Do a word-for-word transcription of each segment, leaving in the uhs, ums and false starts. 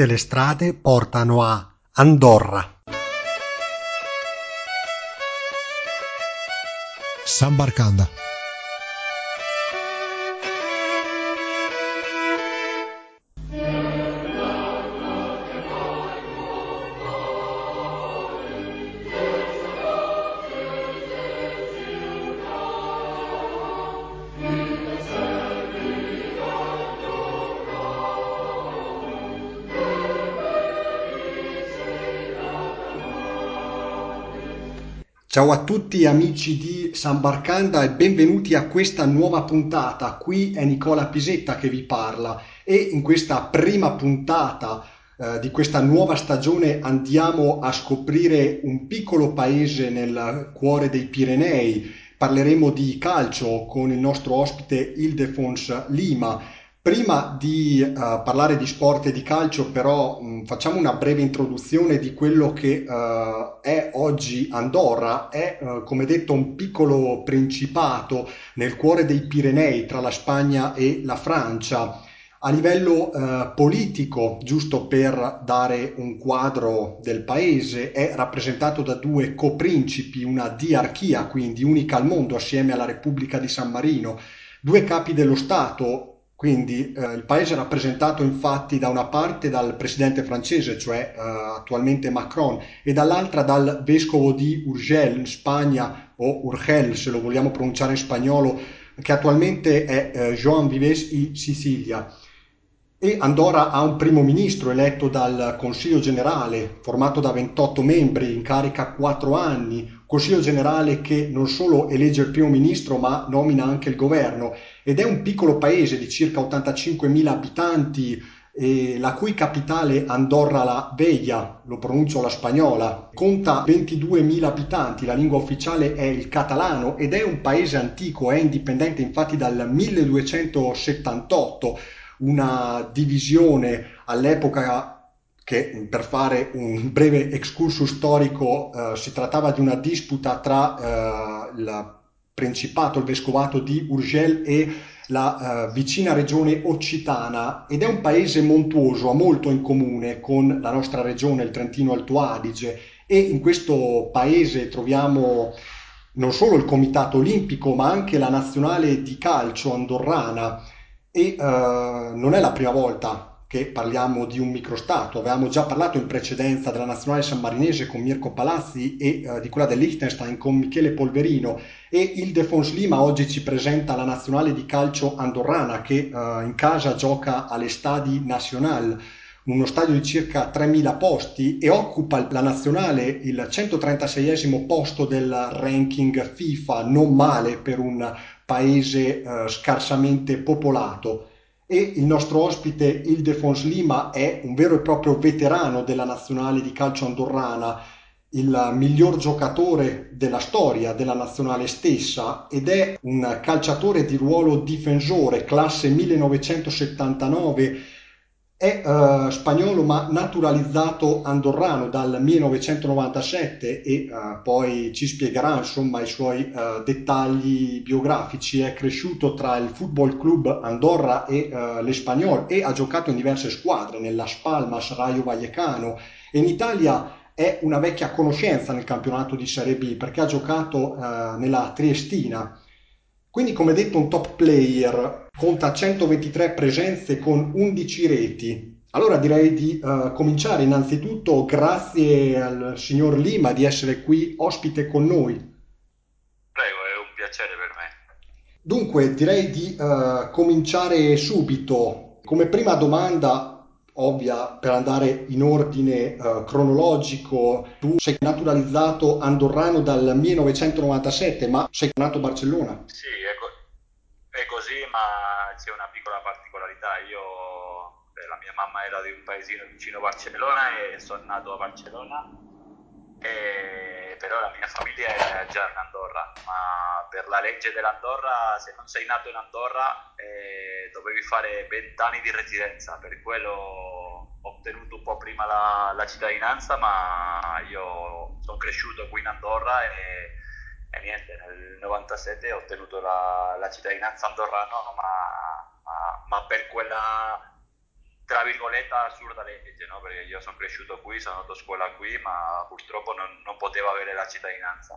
tutte le strade portano a Andorra. Sambarcanda. Ciao a tutti amici di Sambarcanda e benvenuti a questa nuova puntata. Qui è Nicola Pisetta che vi parla e in questa prima puntata eh, di questa nuova stagione andiamo a scoprire un piccolo paese nel cuore dei Pirenei. Parleremo di calcio con il nostro ospite Ildefons Lima. Prima di eh, parlare di sport e di calcio, però, mh, facciamo una breve introduzione di quello che eh, è oggi Andorra. È, eh, come detto, un piccolo principato nel cuore dei Pirenei tra la Spagna e la Francia. A livello eh, politico, giusto per dare un quadro del paese, è rappresentato da due coprincipi, una diarchia, quindi unica al mondo assieme alla Repubblica di San Marino, due capi dello Stato. Quindi eh, il paese è rappresentato infatti da una parte dal presidente francese, cioè eh, attualmente Macron, e dall'altra dal vescovo di Urgell in Spagna, o Urgell se lo vogliamo pronunciare in spagnolo, che attualmente è eh, Joan Vives y Sicilia. E Andorra ha un primo ministro eletto dal Consiglio generale, formato da ventotto membri, in carica quattro anni, Consiglio generale che non solo elegge il primo ministro ma nomina anche il governo, ed è un piccolo paese di circa ottantacinquemila abitanti, e la cui capitale Andorra la Vella, lo pronuncio alla spagnola, conta ventiduemila abitanti, la lingua ufficiale è il catalano ed è un paese antico, è indipendente infatti dal milleduecentosettantotto, una divisione all'epoca che, per fare un breve excursus storico, eh, si trattava di una disputa tra eh, il Principato, il Vescovato di Urgell e la eh, vicina regione occitana, ed è un paese montuoso, ha molto in comune con la nostra regione, il Trentino Alto Adige, e in questo paese troviamo non solo il Comitato Olimpico ma anche la nazionale di calcio andorrana. E eh, non è la prima volta che parliamo di un microstato. Avevamo già parlato in precedenza della nazionale sammarinese con Mirko Palazzi e eh, di quella del Liechtenstein con Michele Polverino, e Ildefons Lima oggi ci presenta la nazionale di calcio andorrana che eh, in casa gioca all'Estadi Nacional, uno stadio di circa tremila posti, e occupa la nazionale il centotrentaseiesimo posto del ranking FIFA, non male per un paese eh, scarsamente popolato. E il nostro ospite Ildefons Lima è un vero e proprio veterano della nazionale di calcio andorrana, il miglior giocatore della storia della nazionale stessa, ed è un calciatore di ruolo difensore, classe millenovecentosettantanove. È eh, spagnolo ma naturalizzato andorrano dal millenovecentonovantasette, e eh, poi ci spiegherà insomma i suoi eh, dettagli biografici. È cresciuto tra il Football Club Andorra e eh, l'Espanyol e ha giocato in diverse squadre, nella Spalmas, Rayo Vallecano, e in Italia è una vecchia conoscenza nel campionato di Serie B perché ha giocato eh, nella Triestina. Quindi, come detto, un top player, conta centoventitré presenze con undici reti. Allora direi di eh, cominciare. Innanzitutto grazie al signor Lima di essere qui ospite con noi. Prego, è un piacere per me. Dunque direi di eh, cominciare subito. Come prima domanda, ovvia per andare in ordine eh, cronologico, tu sei naturalizzato andorrano dal millenovecentonovantasette, ma sei nato a Barcellona. Sì, è, co- è così, ma c'è una piccola particolarità. Io, beh, la mia mamma era di un paesino vicino a Barcellona e sono nato a Barcellona, e, però la mia famiglia è già in Andorra, ma per la legge dell'Andorra, se non sei nato in Andorra, eh, dovevi fare venti anni di residenza, per quello ho ottenuto un po' prima la, la cittadinanza, ma io sono cresciuto qui in Andorra e, e niente, nel novantasette ho ottenuto la, la cittadinanza andorrana, ma, ma, ma per quella tra virgolette assurda legge, no? Perché io sono cresciuto qui, sono andato a scuola qui, ma purtroppo non, non potevo avere la cittadinanza.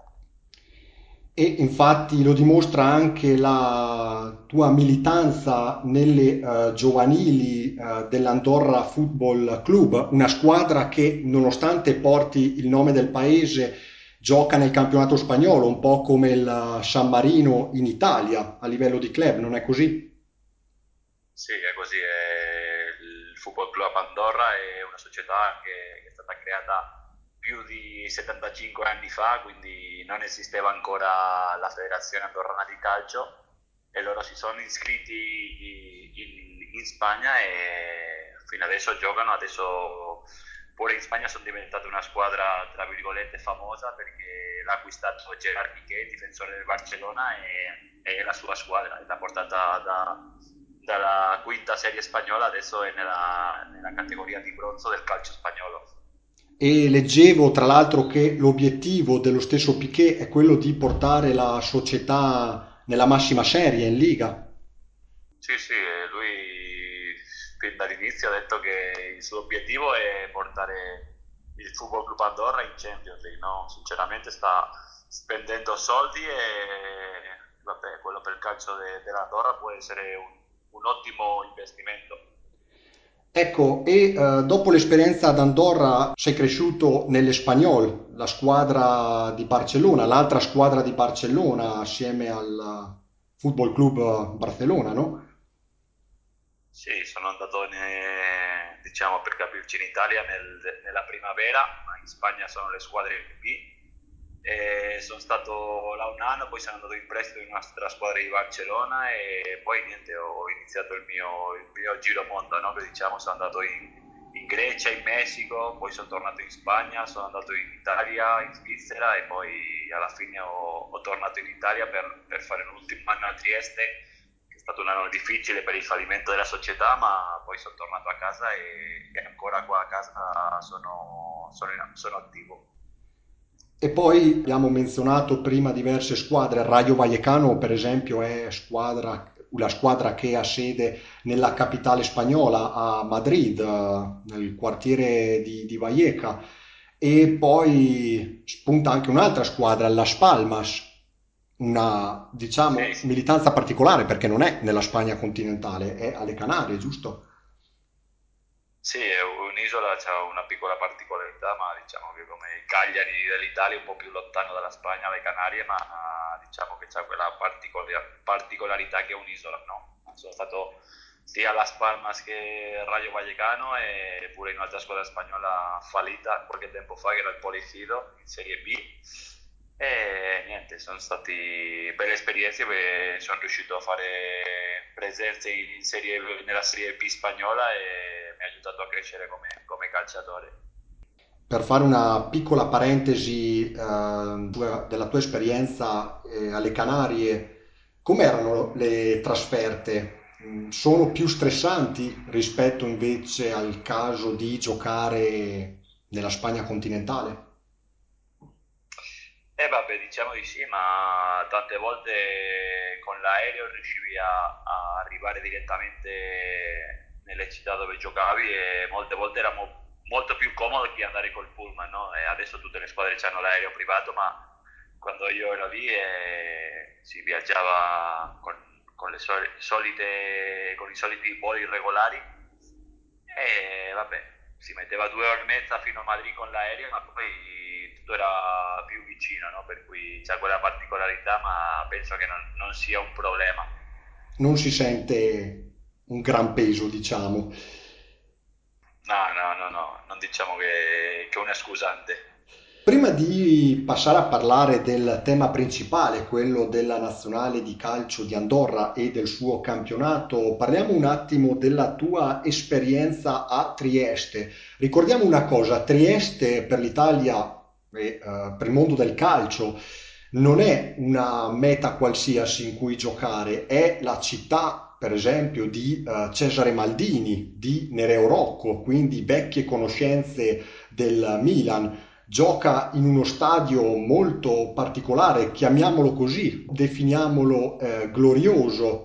E infatti lo dimostra anche la tua militanza nelle eh, giovanili eh, dell'Andorra Football Club, una squadra che nonostante porti il nome del paese gioca nel campionato spagnolo, un po' come il San Marino in Italia a livello di club, non è così? Sì, è così. È il Football Club Andorra è una società che, che è stata creata più di settantacinque anni fa, quindi non esisteva ancora la Federazione Andorrana di Calcio e loro si sono iscritti in, in Spagna e fino adesso giocano. Adesso pure in Spagna sono diventate una squadra tra virgolette famosa perché l'ha acquistato Gerard Piqué, difensore del Barcellona, e, e è la sua squadra, e l'ha portata da, dalla quinta serie spagnola, adesso è nella, nella categoria di bronzo del calcio spagnolo. E leggevo tra l'altro che l'obiettivo dello stesso Piquet è quello di portare la società nella massima serie in Liga. Sì, sì, lui fin dall'inizio ha detto che il suo obiettivo è portare il Football Club Andorra in Champions League, no? Sinceramente sta spendendo soldi e vabbè, quello per il calcio de- dell'Andorra può essere un, un ottimo investimento. Ecco, e eh, dopo l'esperienza ad Andorra sei cresciuto nell'Espanyol, la squadra di Barcellona, l'altra squadra di Barcellona assieme al Football Club Barcellona, no? Sì, sono andato, ne- diciamo per capirci, in Italia nel- nella primavera, ma in Spagna sono le squadre B. E sono stato là un anno, poi sono andato in prestito in un'altra squadra di Barcellona e poi niente, ho iniziato il mio, il mio giro mondo, no? Che diciamo sono andato in, in Grecia, in Messico, poi sono tornato in Spagna, sono andato in Italia, in Svizzera e poi alla fine ho, ho tornato in Italia per, per fare un ultimo anno a Trieste, che è stato un anno difficile per il fallimento della società, ma poi sono tornato a casa e, e ancora qua a casa sono, sono, in- sono attivo. E poi abbiamo menzionato prima diverse squadre, il Rayo Vallecano per esempio è squadra, la squadra che ha sede nella capitale spagnola, a Madrid, eh, nel quartiere di, di Vallecca, e poi spunta anche un'altra squadra, Las Palmas, una diciamo Sì, militanza particolare perché non è nella Spagna continentale, è alle Canarie, giusto? sì, è un'isola, c'ha una piccola particolarità, ma diciamo che come il Cagliari dell'Italia è un po' più lontano dalla Spagna, dalle Canarie, ma diciamo che c'ha quella particola- particolarità che è un'isola, no? Sono stato sia a Las Palmas che a Rayo Vallecano e pure in un'altra squadra spagnola fallita qualche tempo fa, che era il Policido, in Serie B. E niente, sono stati belle esperienze perché sono riuscito a fare presenze in serie, nella Serie B spagnola e mi ha aiutato a crescere come, come calciatore. Per fare una piccola parentesi eh, tua- della tua esperienza eh, alle Canarie, com'erano le trasferte? Mm, Sono più stressanti rispetto invece al caso di giocare nella Spagna continentale? E vabbè, diciamo di sì, ma tante volte con l'aereo riuscivi a, a arrivare direttamente nelle città dove giocavi e molte volte era mo- molto più comodo che andare col pullman, no? E adesso tutte le squadre hanno l'aereo privato, ma quando io ero lì eh, si viaggiava con, con le soli- solite, con i soliti voli irregolari e vabbè, si metteva due ore e mezza fino a Madrid con l'aereo, ma poi tutto era più vicino, no? Per cui c'è quella particolarità, ma penso che non, non sia un problema. Non si sente un gran peso, diciamo. No, no, no, no, non diciamo che, che è una scusante. Prima di passare a parlare del tema principale, quello della nazionale di calcio di Andorra e del suo campionato, parliamo un attimo della tua esperienza a Trieste. Ricordiamo una cosa, Trieste per l'Italia e eh, per il mondo del calcio non è una meta qualsiasi in cui giocare, è la città, per esempio, di eh, Cesare Maldini, di Nereo Rocco, quindi vecchie conoscenze del Milan. Gioca in uno stadio molto particolare, chiamiamolo così, definiamolo eh, glorioso.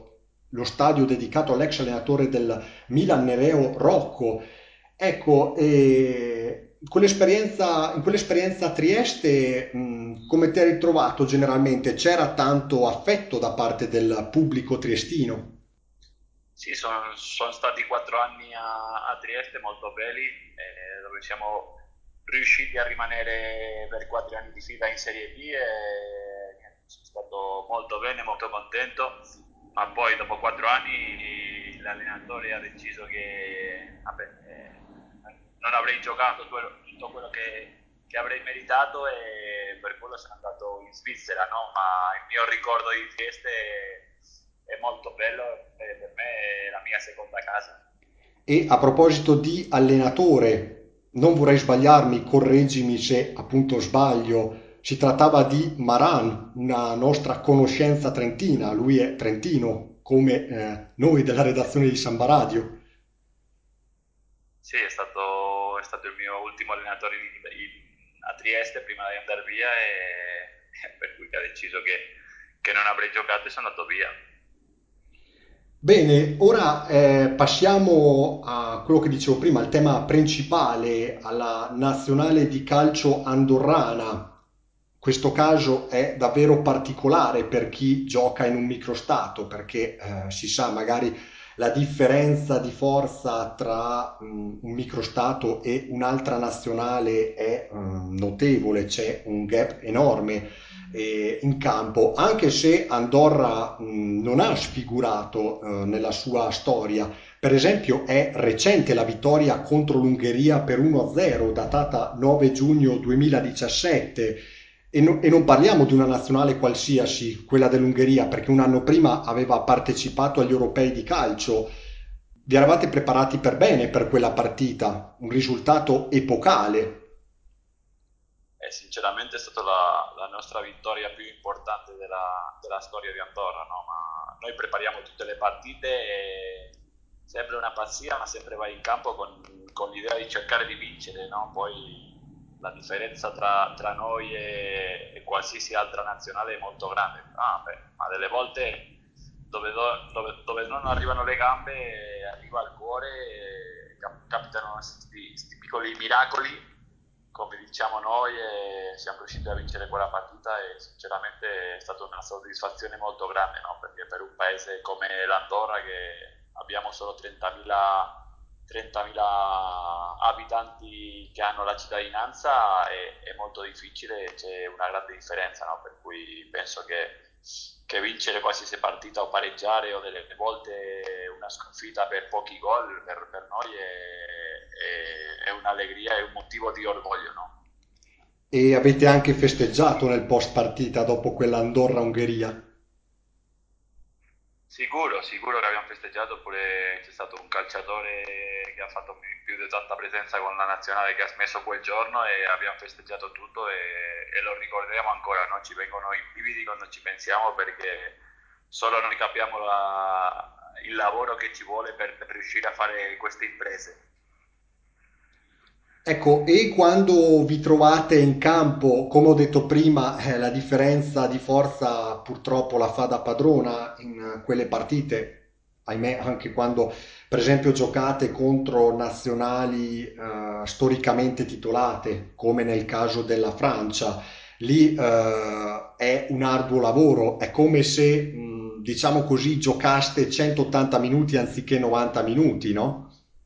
lo stadio dedicato all'ex allenatore del Milan Nereo Rocco. Ecco, e quell'esperienza, in quell'esperienza a Trieste, mh, come ti hai ritrovato generalmente? C'era tanto affetto da parte del pubblico triestino? Sì, sono, sono stati quattro anni a, a Trieste molto belli, eh, dove siamo riusciti a rimanere per quattro anni di fila in Serie B e niente, sono stato molto bene, molto contento, ma poi dopo quattro anni l'allenatore ha deciso che vabbè, eh, non avrei giocato tu- tutto quello che, che avrei meritato e per quello sono andato in Svizzera, no? Ma il mio ricordo di Trieste è molto bello e per me è la mia seconda casa. E a proposito di allenatore, non vorrei sbagliarmi, correggimi se appunto sbaglio, si trattava di Maran, una nostra conoscenza trentina, lui è trentino, come eh, noi della redazione di Samba Radio. Sì, è stato, è stato il mio ultimo allenatore in- in- a Trieste prima di andare via e, e per cui ha deciso che, che non avrei giocato e sono andato via. Bene, ora eh, passiamo a quello che dicevo prima, al tema principale, alla nazionale di calcio andorrana. Questo caso è davvero particolare per chi gioca in un microstato, perché eh, si sa magari la differenza di forza tra mm, un microstato e un'altra nazionale è mm, notevole, c'è un gap enorme eh, in campo, anche se Andorra mh, non ha sfigurato eh, nella sua storia. Per esempio è recente la vittoria contro l'Ungheria per uno a zero, datata nove giugno duemiladiciassette, e, no- e non parliamo di una nazionale qualsiasi, quella dell'Ungheria, perché un anno prima aveva partecipato agli europei di calcio. Vi eravate preparati per bene per quella partita, un risultato epocale. E sinceramente è stata la, la nostra vittoria più importante della, della storia di Andorra, no? Ma noi prepariamo tutte le partite e sembra una pazzia, ma sempre vai in campo con, con l'idea di cercare di vincere, no? Poi la differenza tra, tra noi e, e qualsiasi altra nazionale è molto grande. Ah, beh, ma delle volte dove, do- dove- dove non arrivano le gambe arriva il cuore e cap- capitano questi piccoli miracoli come diciamo noi e siamo riusciti a vincere quella partita e sinceramente è stata una soddisfazione molto grande, no? Perché per un paese come l'Andorra che abbiamo solo trentamila trentamila abitanti che hanno la cittadinanza è, è molto difficile, c'è una grande differenza, no? Per cui penso che, che vincere qualsiasi partita o pareggiare o delle volte una sconfitta per pochi gol per, per noi è, è, è un'allegria e un motivo di orgoglio, no? E avete anche festeggiato nel post partita dopo quell'Andorra-Ungheria. Sicuro, sicuro che abbiamo festeggiato, oppure c'è stato un calciatore che ha fatto più di tanta presenza con la nazionale che ha smesso quel giorno e abbiamo festeggiato tutto e, e lo ricordiamo ancora, no? Ci vengono i brividi quando ci pensiamo perché solo noi capiamo la- il lavoro che ci vuole per, per riuscire a fare queste imprese. Ecco, e quando vi trovate in campo, come ho detto prima, eh, la differenza di forza purtroppo la fa da padrona in eh, quelle partite, ahimè, anche quando per esempio giocate contro nazionali eh, storicamente titolate, come nel caso della Francia, lì eh, è un arduo lavoro, è come se, mh, diciamo così, giocaste centottanta minuti anziché novanta minuti, no?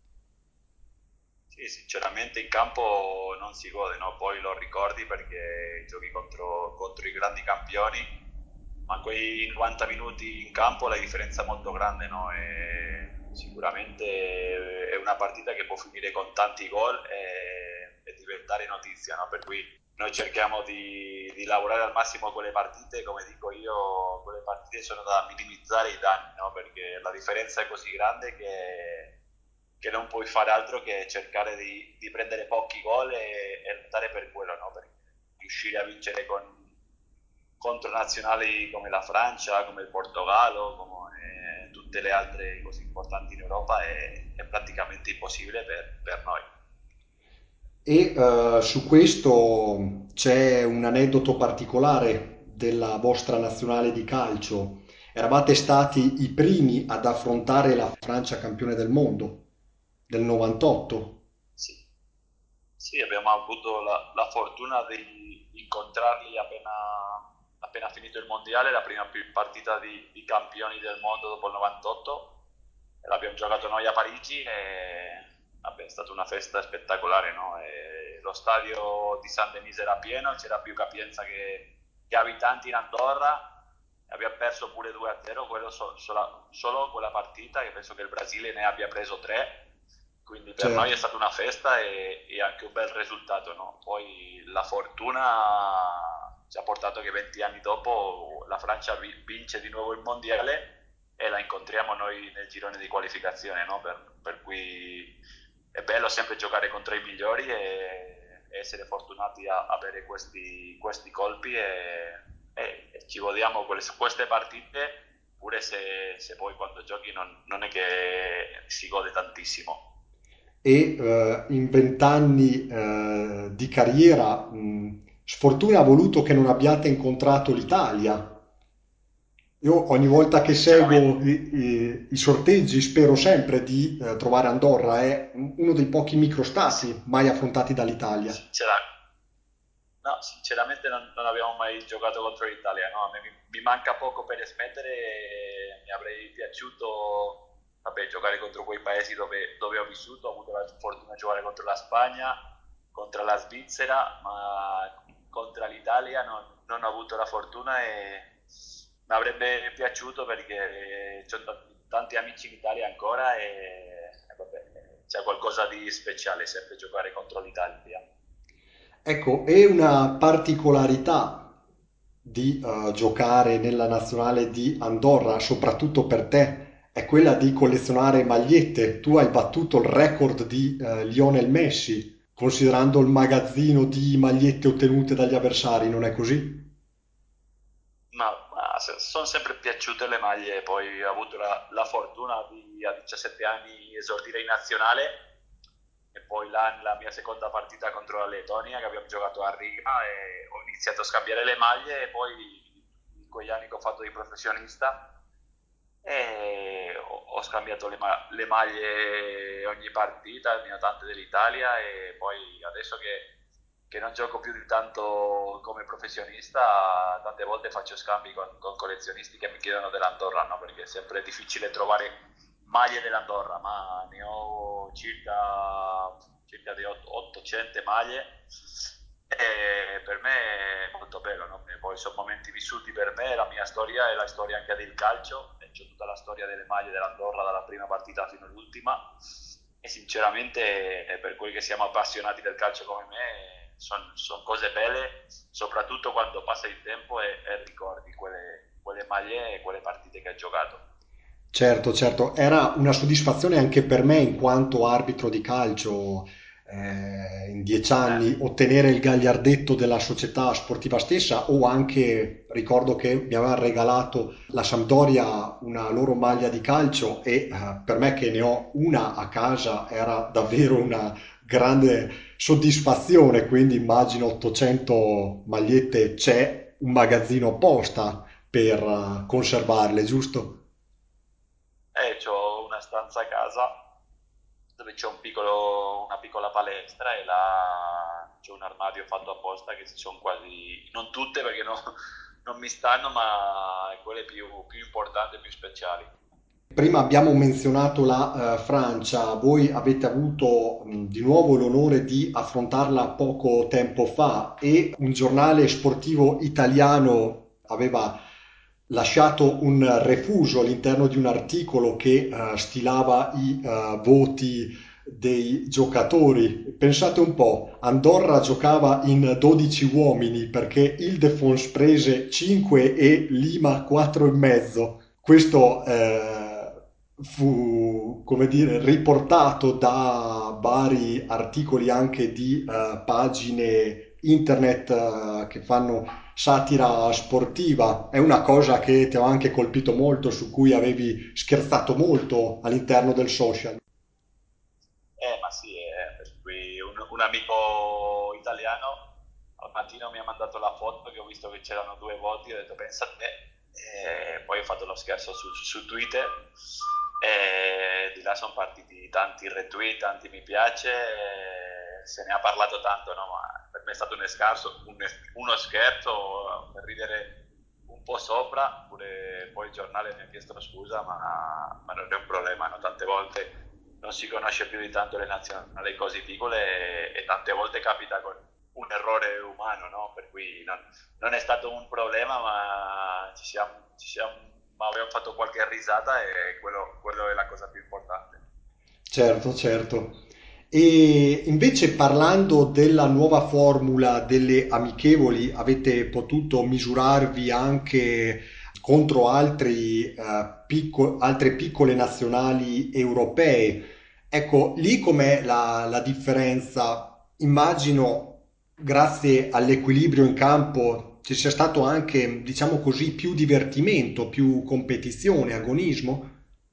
Sì, sinceramente in campo non si gode, no? Poi lo ricordi perché giochi contro, contro i grandi campioni, ma quei novanta minuti in campo la differenza è molto grande, no? E sicuramente è una partita che può finire con tanti gol e, e diventare notizia, no? Per cui noi cerchiamo di, di lavorare al massimo quelle partite, come dico io, quelle partite sono da minimizzare i danni, no? Perché la differenza è così grande che che non puoi fare altro che cercare di, di prendere pochi gol e, e lottare per quello, no? Per riuscire a vincere con, contro nazionali come la Francia, come il Portogallo, come eh, tutte le altre così importanti in Europa è, è praticamente impossibile per, per noi. E eh, su questo c'è un aneddoto particolare della vostra nazionale di calcio. Eravate stati i primi ad affrontare la Francia campione del mondo del novantotto. Sì, sì, abbiamo avuto la, la fortuna di incontrarli appena, appena finito il mondiale, la prima pi- partita di, di campioni del mondo dopo il novantotto, e l'abbiamo giocato noi a Parigi e vabbè, è stata una festa spettacolare, no? E lo stadio di Saint-Denis era pieno, c'era più capienza che, che abitanti in Andorra. Abbiamo perso pure due a zero, quello so- sola- solo quella partita, che penso che il Brasile ne abbia preso tre, quindi per noi è Certo. stata una festa e, e anche un bel risultato, no? Poi la fortuna ci ha portato che venti anni dopo la Francia vi- vince di nuovo il mondiale e la incontriamo noi nel girone di qualificazione, no? Per, per cui è bello sempre giocare contro i migliori e, e essere fortunati a, a avere questi, questi colpi e, e- e ci godiamo quelle- queste partite, pure se, se poi quando giochi non, non è che si gode tantissimo. E eh, in vent'anni eh, di carriera, mh, sfortuna ha voluto che non abbiate incontrato l'Italia. Io ogni volta che seguo Sinceramente, i, i- i sorteggi spero sempre di eh, trovare Andorra, è uno dei pochi microstati mai affrontati dall'Italia. sincera- no, sinceramente non, non abbiamo mai giocato contro l'Italia, no? A me mi, mi manca poco per smettere e mi avrei piaciuto, vabbè, giocare contro quei paesi dove, dove ho vissuto. Ho avuto la fortuna di giocare contro la Spagna, contro la Svizzera, ma contro l'Italia non, non ho avuto la fortuna e mi avrebbe piaciuto perché ho tanti, tanti amici in Italia ancora e, e vabbè, c'è qualcosa di speciale sempre giocare contro l'Italia. Ecco, e una particolarità di eh, giocare nella nazionale di Andorra, soprattutto per te, è quella di collezionare magliette. Tu hai battuto il record di eh, Lionel Messi, considerando il magazzino di magliette ottenute dagli avversari, non è così? Ma, ma se- sono sempre piaciute le maglie, poi ho avuto la, la fortuna di a diciassette anni esordire in nazionale e poi là nella mia seconda partita contro la Lettonia che abbiamo giocato a Riga e ho iniziato a scambiare le maglie e poi in quegli anni che ho fatto di professionista e ho, ho scambiato le, ma- le maglie ogni partita, ne ho tante dell'Italia e poi adesso che, che non gioco più di tanto come professionista, tante volte faccio scambi con, con collezionisti che mi chiedono dell'Andorra, no? Perché è sempre difficile trovare maglie dell'Andorra, ma ne ho circa, circa di ottocento maglie e per me è molto bello, no? E poi sono momenti vissuti per me, la mia storia è la storia anche del calcio, e c'ho tutta la storia delle maglie dell'Andorra dalla prima partita fino all'ultima e sinceramente eh, per quelli che siamo appassionati del calcio come me sono son cose belle, soprattutto quando passa il tempo e, e ricordi quelle, quelle maglie e quelle partite che hai giocato. Certo, certo, era una soddisfazione anche per me in quanto arbitro di calcio, eh, in dieci Eh, anni, ottenere il gagliardetto della società sportiva stessa o anche ricordo che mi aveva regalato la Sampdoria una loro maglia di calcio e eh, per me che ne ho una a casa era davvero una grande soddisfazione, quindi immagino ottocento magliette, c'è un magazzino apposta per eh, conservarle, giusto? e ho una stanza a casa dove c'è un piccolo, una piccola palestra e là c'è un armadio fatto apposta che ci sono quasi, non tutte perché no- non mi stanno, ma quelle più, più importanti e più speciali. Prima abbiamo menzionato la eh, Francia, voi avete avuto mh, di nuovo l'onore di affrontarla poco tempo fa e un giornale sportivo italiano aveva lasciato un refuso all'interno di un articolo che eh, stilava i eh, voti dei giocatori. Pensate un po', Andorra giocava in dodici uomini perché Ildefons prese cinque e Lima quattro e mezzo. Questo eh, fu, come dire, riportato da vari articoli anche di eh, pagine internet eh, che fanno satira sportiva. È una cosa che ti ha anche colpito molto, su cui avevi scherzato molto all'interno del social. Eh, ma sì, eh, per cui un, un amico italiano al mattino mi ha mandato la foto che ho visto che c'erano due voti, ho detto pensa a te, E poi ho fatto lo scherzo su, su Twitter e di là sono partiti tanti retweet, tanti mi piace, e se ne ha parlato tanto, no? Ma per me è stato un scherzo, un- uno scherzo per ridere un po' sopra, pure poi il giornale mi ha chiesto scusa, ma, ma non è un problema, no? Tante volte non si conosce più di tanto le nazionali così piccole e, e tante volte capita con un errore umano, no? Per cui non, non è stato un problema, ma ci siamo, ci siamo, ma abbiamo fatto qualche risata e quello, quello è la cosa più importante. Certo, certo. E invece parlando della nuova formula delle amichevoli, avete potuto misurarvi anche contro altri, eh, picco- altre piccole nazionali europee. Ecco, lì com'è la, la differenza? Immagino, grazie all'equilibrio in campo, ci sia stato anche, diciamo così, più divertimento, più competizione, agonismo.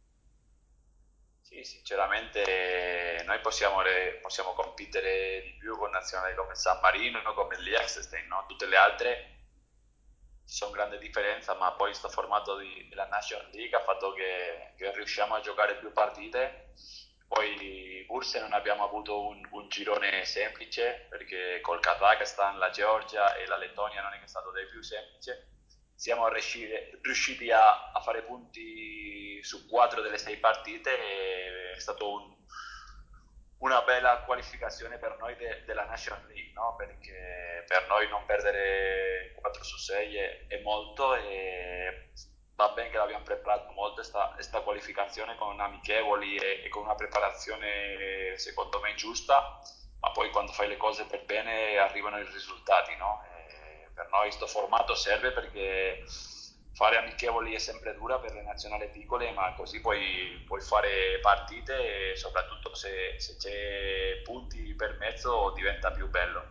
Sì, sinceramente noi possiamo, re- possiamo competere di più con nazionali come San Marino, come il Liechtenstein, no? Tutte le altre c'è una grande differenza, ma poi sto formato di- della National League ha fatto che, che riusciamo a giocare più partite. Poi forse non abbiamo avuto un, un girone semplice, perché col Kazakhstan, la Georgia e la Lettonia non è che è stato dei più semplici. Siamo riusciti, riusciti a, a fare punti su quattro delle sei partite e è stato un, una bella qualificazione per noi de- della National League, no? Perché per noi non perdere quattro su sei è, è molto e va bene che l'abbiamo preparato molto questa qualificazione con amichevoli e, e con una preparazione secondo me giusta, ma poi quando fai le cose per bene arrivano i risultati, no? E per noi questo formato serve perché fare amichevoli è sempre dura per le nazionali piccole, ma così puoi, puoi fare partite e soprattutto se, se c'è punti per mezzo diventa più bello.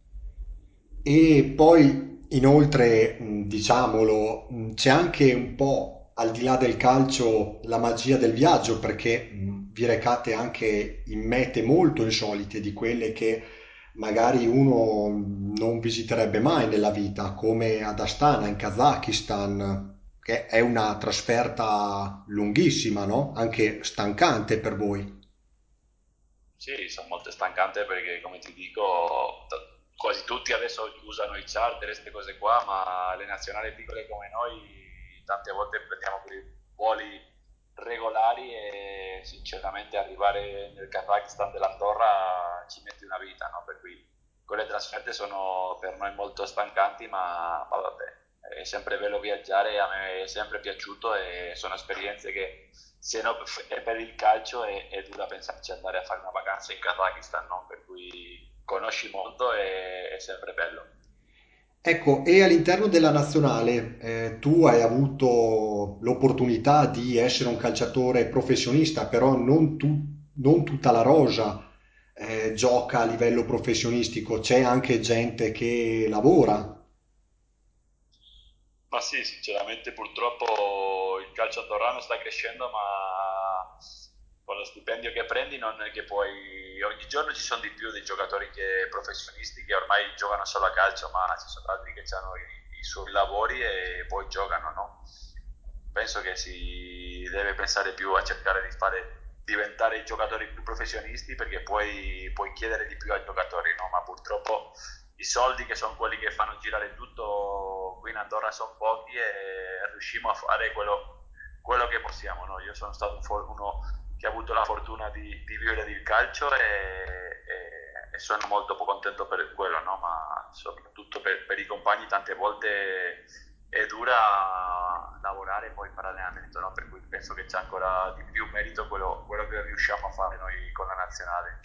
E poi inoltre, mh, diciamolo, mh, c'è anche un po' al di là del calcio la magia del viaggio perché mh, vi recate anche in mete molto insolite di quelle che magari uno non visiterebbe mai nella vita, come ad Astana in Kazakistan, che è una trasferta lunghissima, no? Anche stancante per voi. Sì, sono molto stancante perché, come ti dico, t- quasi tutti adesso usano i charter e queste cose qua, ma le nazionali piccole come noi tante volte prendiamo quei voli regolari e sinceramente arrivare nel Kazakistan dell'Andorra ci metti una vita, no? Per cui quelle trasferte sono per noi molto stancanti, ma, ma vabbè, è sempre bello viaggiare, a me è sempre piaciuto e sono esperienze che se no è per il calcio è, è dura pensarci andare a fare una vacanza in Kazakistan, no? Per cui conosci molto e è sempre bello. Ecco, e all'interno della nazionale, eh, tu hai avuto l'opportunità di essere un calciatore professionista, però non, tu- non tutta la rosa, eh, gioca a livello professionistico, c'è anche gente che lavora. Ma sì, sinceramente purtroppo il calcio andorrano sta crescendo, ma con lo stipendio che prendi non è che puoi... Ogni giorno ci sono di più dei giocatori che professionisti che ormai giocano solo a calcio, ma ci sono altri che hanno i, i suoi lavori e poi giocano, no? Penso che si deve pensare più a cercare di fare diventare i giocatori più professionisti perché poi puoi chiedere di più ai giocatori, no? Ma purtroppo i soldi che sono quelli che fanno girare tutto qui in Andorra sono pochi e riusciamo a fare quello, quello che possiamo, no? Io sono stato un for- uno che ha avuto la fortuna di, di vivere del calcio e, e- e sono molto contento per quello, no? Ma soprattutto per, per i compagni tante volte è dura lavorare poi per allenamento, no? Per cui penso che c'è ancora di più merito quello, quello che riusciamo a fare noi con la nazionale.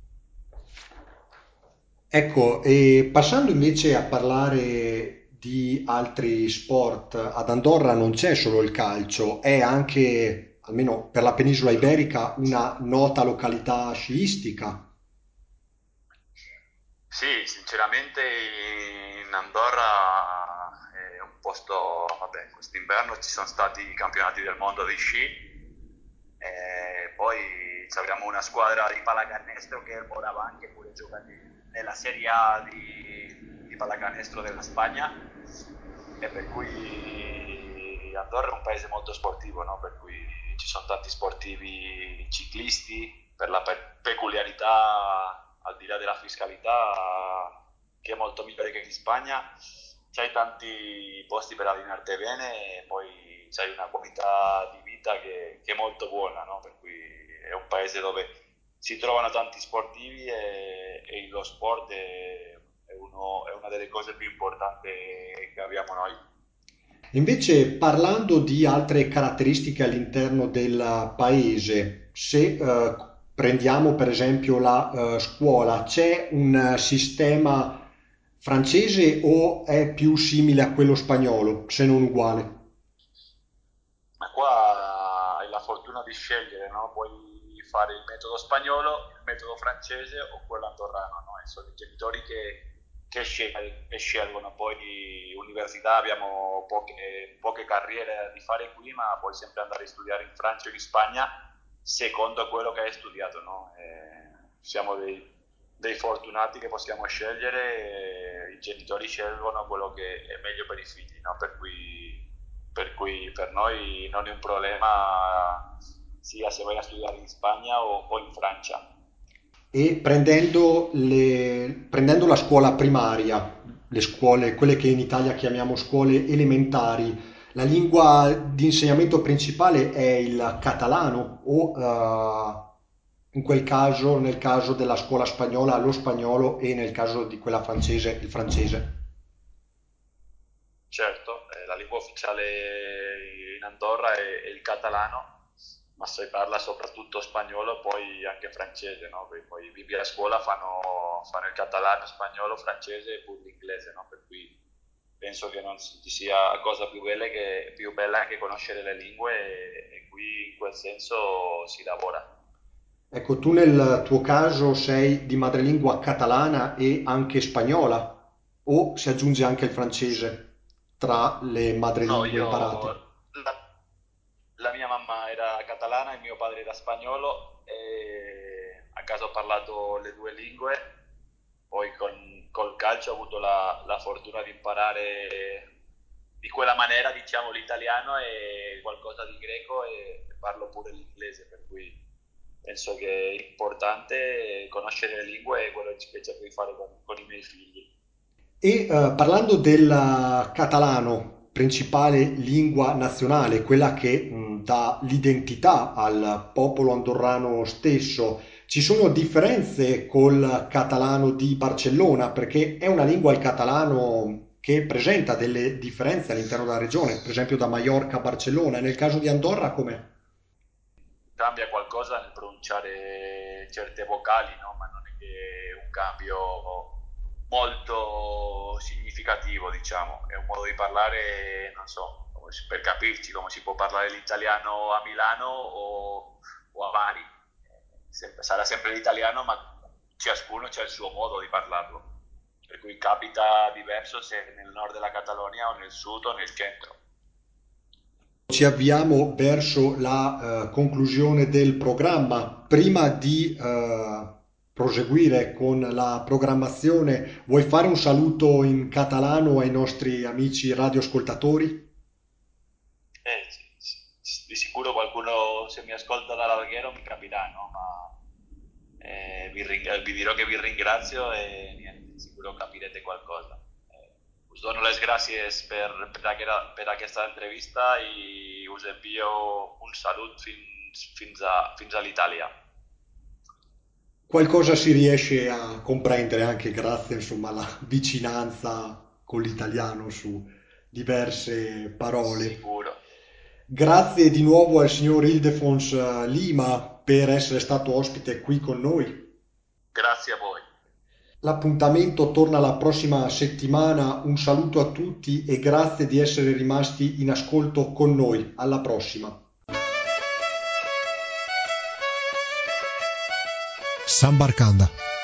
Ecco, e passando invece a parlare di altri sport, ad Andorra non c'è solo il calcio, è anche, almeno per la penisola iberica, una nota località sciistica. Sì, sinceramente in Andorra è un posto, vabbè, quest'inverno ci sono stati i campionati del mondo di sci e poi abbiamo una squadra di pallacanestro che è il Moravan che pure gioca ne- nella Serie A di, di pallacanestro della Spagna e per cui Andorra è un paese molto sportivo, no? Per cui ci sono tanti sportivi ciclisti, per la pe- peculiarità, al di là della fiscalità, che è molto migliore che in Spagna. C'hai tanti posti per allenarti bene e poi c'hai una qualità di vita che, che è molto buona, no? Per cui è un paese dove si trovano tanti sportivi e, e lo sport è, è uno- è una delle cose più importanti che abbiamo noi. Invece, parlando di altre caratteristiche all'interno del paese, se eh, prendiamo per esempio la eh, scuola, c'è un eh, sistema francese o è più simile a quello spagnolo, se non uguale? Ma qua hai la fortuna di scegliere, no? Puoi fare il metodo spagnolo, il metodo francese o quello andorrano, no? E sono i genitori che, che scel- che scelgono. Poi università abbiamo poche, poche carriere di fare qui, ma puoi sempre andare a studiare in Francia o in Spagna secondo quello che hai studiato, no? E siamo dei, dei fortunati che possiamo scegliere, e i genitori scelgono quello che è meglio per i figli, no? Per cui per cui per noi non è un problema sia se vai a studiare in Spagna o, o in Francia. E prendendo, le- prendendo la scuola primaria, le scuole, quelle che in Italia chiamiamo scuole elementari, la lingua di insegnamento principale è il catalano o eh, in quel caso, nel caso della scuola spagnola, lo spagnolo e nel caso di quella francese, il francese. Certo, eh, la lingua ufficiale in Andorra è, è il catalano, ma si parla soprattutto spagnolo e poi anche francese, no? Poi, poi i bimbi a scuola fanno, fanno il catalano, spagnolo, francese e pure l'inglese, no? Per cui penso che non ci sia cosa più bella che, più bella che conoscere le lingue e, e qui in quel senso si lavora. Ecco, tu nel tuo caso sei di madrelingua catalana e anche spagnola, o si aggiunge anche il francese tra le No, madrelingue io imparate? la, la mia mamma era catalana e mio padre era spagnolo e a casa ho parlato le due lingue, poi con, col calcio ho avuto la, la fortuna di imparare di quella maniera, diciamo, l'italiano e qualcosa di greco e parlo pure l'inglese, per cui penso che è importante conoscere le lingue e quello che cerco di fare con, con i miei figli. E eh, parlando del catalano, principale lingua nazionale, quella che mh, dà l'identità al popolo andorrano stesso, ci sono differenze col catalano di Barcellona, perché è una lingua il catalano che presenta delle differenze all'interno della regione, per esempio da Maiorca a Barcellona. Nel caso di Andorra, com'è? Cambia qualcosa nel pronunciare certe vocali, no? Ma non è che è un cambio molto significativo, diciamo. È un modo di parlare, non so, come si- per capirci, come si può parlare l'italiano a Milano o, o a Bari. Sempre- sarà sempre l'italiano, ma ciascuno ha il suo modo di parlarlo. Per cui capita diverso se nel nord della Catalogna o nel sud o nel centro. Ci avviamo verso la eh, conclusione del programma. Prima di eh, proseguire con la programmazione, vuoi fare un saluto in catalano ai nostri amici radioascoltatori? Eh, sì, sì, di sicuro qualcuno se mi ascolta dall'alberghiero mi capirà, no? Ma eh, vi, ring- vi dirò che vi ringrazio e niente, di sicuro capirete qualcosa. Eh, us dono les gràcies per, per, aquera- per aquesta entrevista i us envio un salut fins, fins a, fins a l'Itàlia. Qualcosa si riesce a comprendere anche grazie, insomma, alla vicinanza con l'italiano su diverse parole. Sicuro. Grazie di nuovo al signor Ildefons eh, Lima per essere stato ospite qui con noi. Grazie a voi. L'appuntamento torna la prossima settimana. Un saluto a tutti e grazie di essere rimasti in ascolto con noi. Alla prossima. Sambarcanda.